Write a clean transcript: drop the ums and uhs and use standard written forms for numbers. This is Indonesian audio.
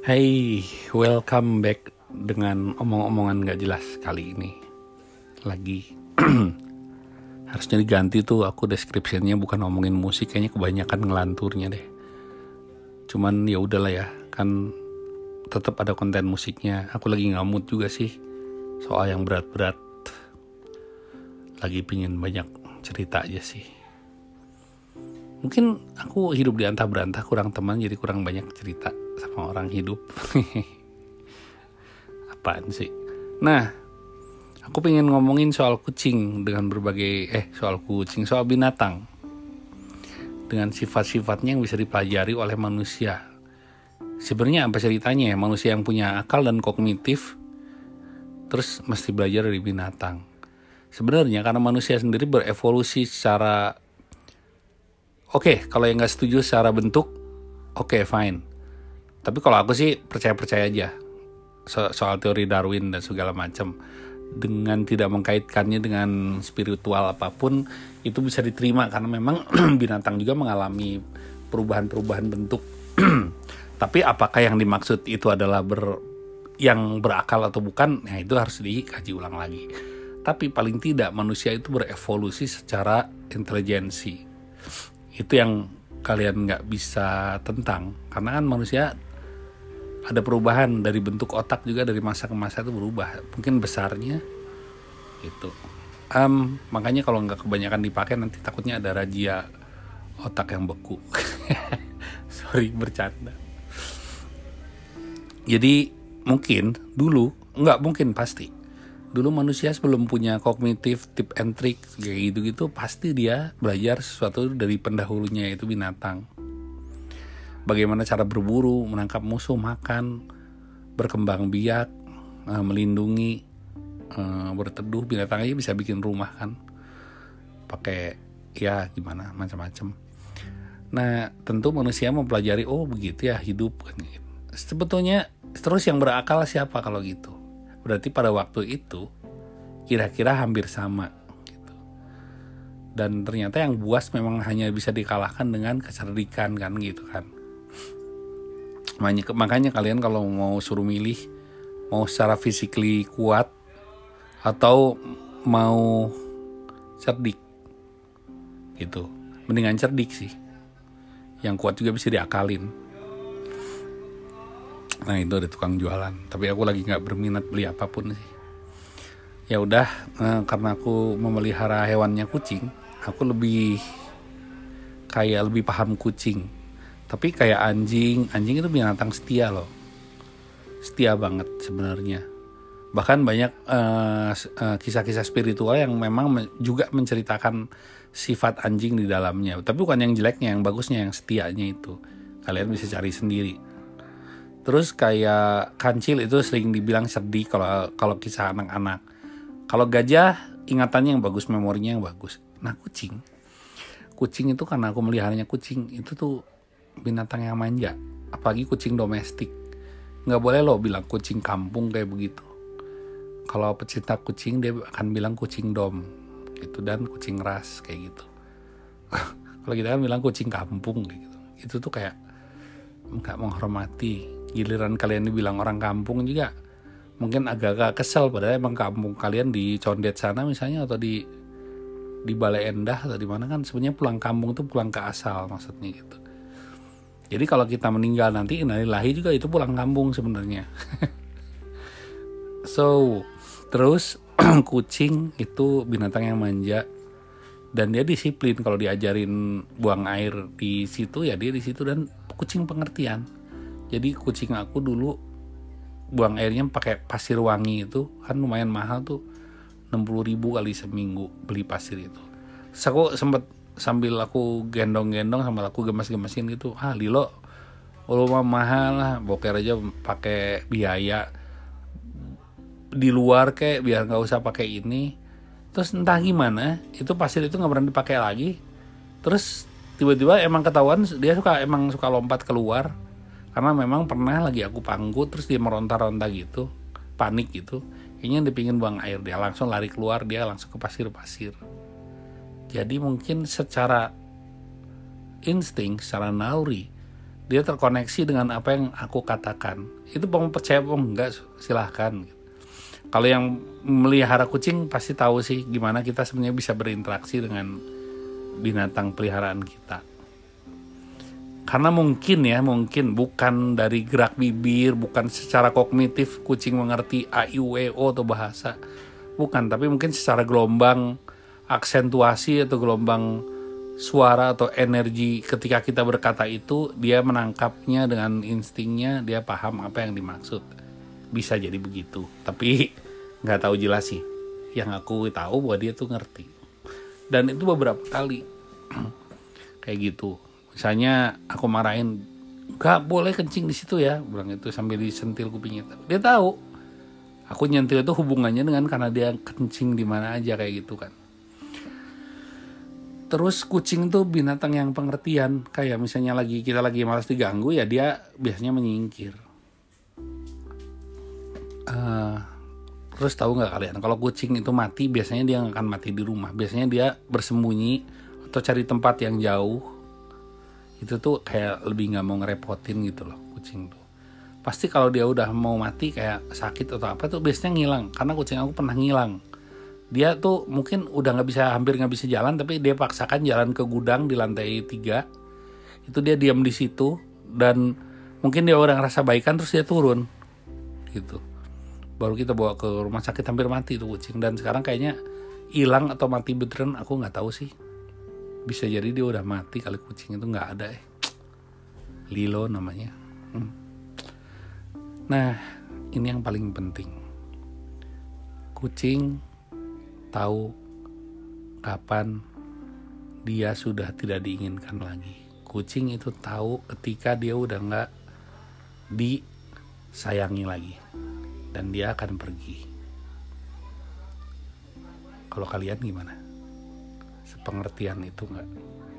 Hey, welcome back dengan omong-omongan gak jelas kali ini. Lagi harusnya diganti tuh, aku description-nya bukan ngomongin musik, kayaknya kebanyakan ngelanturnya deh. Cuman ya udahlah ya, kan tetap ada konten musiknya. Aku lagi nggak mood juga sih soal yang berat-berat. Lagi pingin banyak cerita aja sih. Mungkin aku hidup di antah berantah, kurang teman, jadi kurang banyak cerita sama orang hidup. Apaan sih? Nah, aku pengen ngomongin soal kucing dengan soal binatang dengan sifat-sifatnya yang bisa dipelajari oleh manusia. Sebenarnya apa ceritanya ya, manusia yang punya akal dan kognitif terus mesti belajar dari binatang. Sebenarnya karena manusia sendiri berevolusi secara kalau yang nggak setuju secara bentuk, fine. Tapi kalau aku sih percaya aja soal teori Darwin dan segala macam, dengan tidak mengkaitkannya dengan spiritual apapun, itu bisa diterima karena memang binatang juga mengalami perubahan-perubahan bentuk. Tapi apakah yang dimaksud itu adalah yang berakal atau bukan? Nah, itu harus dikaji ulang lagi. Tapi paling tidak manusia itu berevolusi secara intelijensi. Itu yang kalian nggak bisa tentang, karena kan manusia ada perubahan dari bentuk otak juga, dari masa ke masa itu berubah, mungkin besarnya itu. Makanya kalau nggak kebanyakan dipakai nanti takutnya ada razia otak yang beku. Sorry, bercanda. Jadi pasti dulu manusia sebelum punya kognitif tip and trick kayak gitu-gitu, pasti dia belajar sesuatu dari pendahulunya, yaitu binatang. Bagaimana cara berburu, menangkap musuh, makan, berkembang biak, melindungi, berteduh. Binatang aja bisa bikin rumah kan, pakai ya gimana macam-macam. Nah, tentu manusia mempelajari, begitu ya hidup kan. Sebetulnya terus yang berakal siapa kalau gitu? Berarti pada waktu itu kira-kira hampir sama gitu. Dan ternyata yang buas memang hanya bisa dikalahkan dengan kecerdikan kan gitu kan. Makanya kalian kalau mau suruh milih, mau secara physically kuat atau mau cerdik gitu, mendingan cerdik sih. Yang kuat juga bisa diakalin. Nah, itu ada tukang jualan, tapi aku lagi nggak berminat beli apapun sih. Ya udah, karena aku memelihara hewannya kucing, aku lebih paham kucing. Tapi kayak anjing itu binatang setia loh, setia banget sebenarnya. Bahkan banyak kisah-kisah spiritual yang memang juga menceritakan sifat anjing di dalamnya. Tapi bukan yang jeleknya, yang bagusnya, yang setianya itu. Kalian bisa cari sendiri. Terus kayak kancil itu sering dibilang cerdik kalau kisah anak-anak. Kalau gajah ingatannya yang bagus, memorinya yang bagus. Nah, kucing itu karena aku meliharanya kucing, itu tuh binatang yang manja. Apalagi kucing domestik. Nggak boleh lo bilang kucing kampung kayak begitu. Kalau pecinta kucing dia akan bilang kucing dom gitu, dan kucing ras kayak gitu. Kalau kita kan bilang kucing kampung kayak gitu. Itu tuh kayak nggak menghormati. Giliran kalian dibilang orang kampung juga mungkin agak-agak kesel, padahal emang kampung kalian di Condet sana misalnya, atau di Bale Endah atau di mana kan, sebenarnya pulang kampung tuh pulang ke asal maksudnya gitu. Jadi kalau kita meninggal nanti innalillahi juga, itu pulang kampung sebenarnya. So, terus kucing itu binatang yang manja dan dia disiplin. Kalau diajarin buang air di situ ya dia di situ, dan kucing pengertian. Jadi kucing aku dulu buang airnya pakai pasir wangi, itu kan lumayan mahal tuh, 60.000 kali seminggu beli pasir itu. Terus aku sempet sambil aku gendong-gendong, sambil aku gemas-gemasin gitu, Lilo lu mah mahal lah, boker aja pakai biaya di luar kayak, biar nggak usah pakai ini. Terus entah gimana itu pasir itu nggak pernah dipakai lagi. Terus tiba-tiba emang ketahuan dia suka lompat keluar, karena memang pernah lagi aku panggut, terus dia meronta-ronta gitu, panik gitu, kayaknya dia pingin buang air, dia langsung lari keluar, dia langsung ke pasir. Jadi mungkin secara insting, secara naluri Dia terkoneksi dengan apa yang aku katakan. Itu mau percaya apa enggak, silahkan. Kalau yang melihara kucing pasti tahu sih gimana kita sebenarnya bisa berinteraksi dengan binatang peliharaan kita. Karena mungkin bukan dari gerak bibir, bukan secara kognitif kucing mengerti A, I, U, E, O atau bahasa. Bukan, tapi mungkin secara gelombang aksentuasi atau gelombang suara atau energi ketika kita berkata itu, dia menangkapnya dengan instingnya, dia paham apa yang dimaksud. Bisa jadi begitu, tapi nggak tahu jelas sih. Yang aku tahu bahwa dia tuh ngerti, dan itu beberapa kali kayak gitu. Misalnya aku marahin, nggak boleh kencing di situ ya, bilang itu sambil disentil kupingnya. Dia tahu aku nyentil itu hubungannya dengan karena dia kencing di mana aja kayak gitu kan. Terus kucing tuh binatang yang pengertian, kayak misalnya kita lagi malas diganggu ya dia biasanya menyingkir. Terus tahu nggak kalian, kalau kucing itu mati biasanya dia nggak akan mati di rumah, biasanya dia bersembunyi atau cari tempat yang jauh. Itu tuh kayak lebih nggak mau ngerepotin gitu loh kucing tuh. Pasti kalau dia udah mau mati kayak sakit atau apa tuh biasanya ngilang, karena kucing aku pernah ngilang. Dia tuh mungkin udah hampir nggak bisa jalan, tapi dia paksakan jalan ke gudang di lantai 3. Itu dia diam di situ, dan mungkin dia udah ngerasa baikan terus dia turun gitu. Baru kita bawa ke rumah sakit, hampir mati tuh kucing. Dan sekarang kayaknya hilang atau mati beneran, aku nggak tahu sih. Bisa jadi dia udah mati kali, kucing itu nggak ada Lilo namanya. Nah, ini yang paling penting. Kucing tahu kapan dia sudah tidak diinginkan lagi. Kucing itu tahu ketika dia udah nggak disayangi lagi, dan dia akan pergi. Kalau kalian gimana? Sepengertian itu nggak?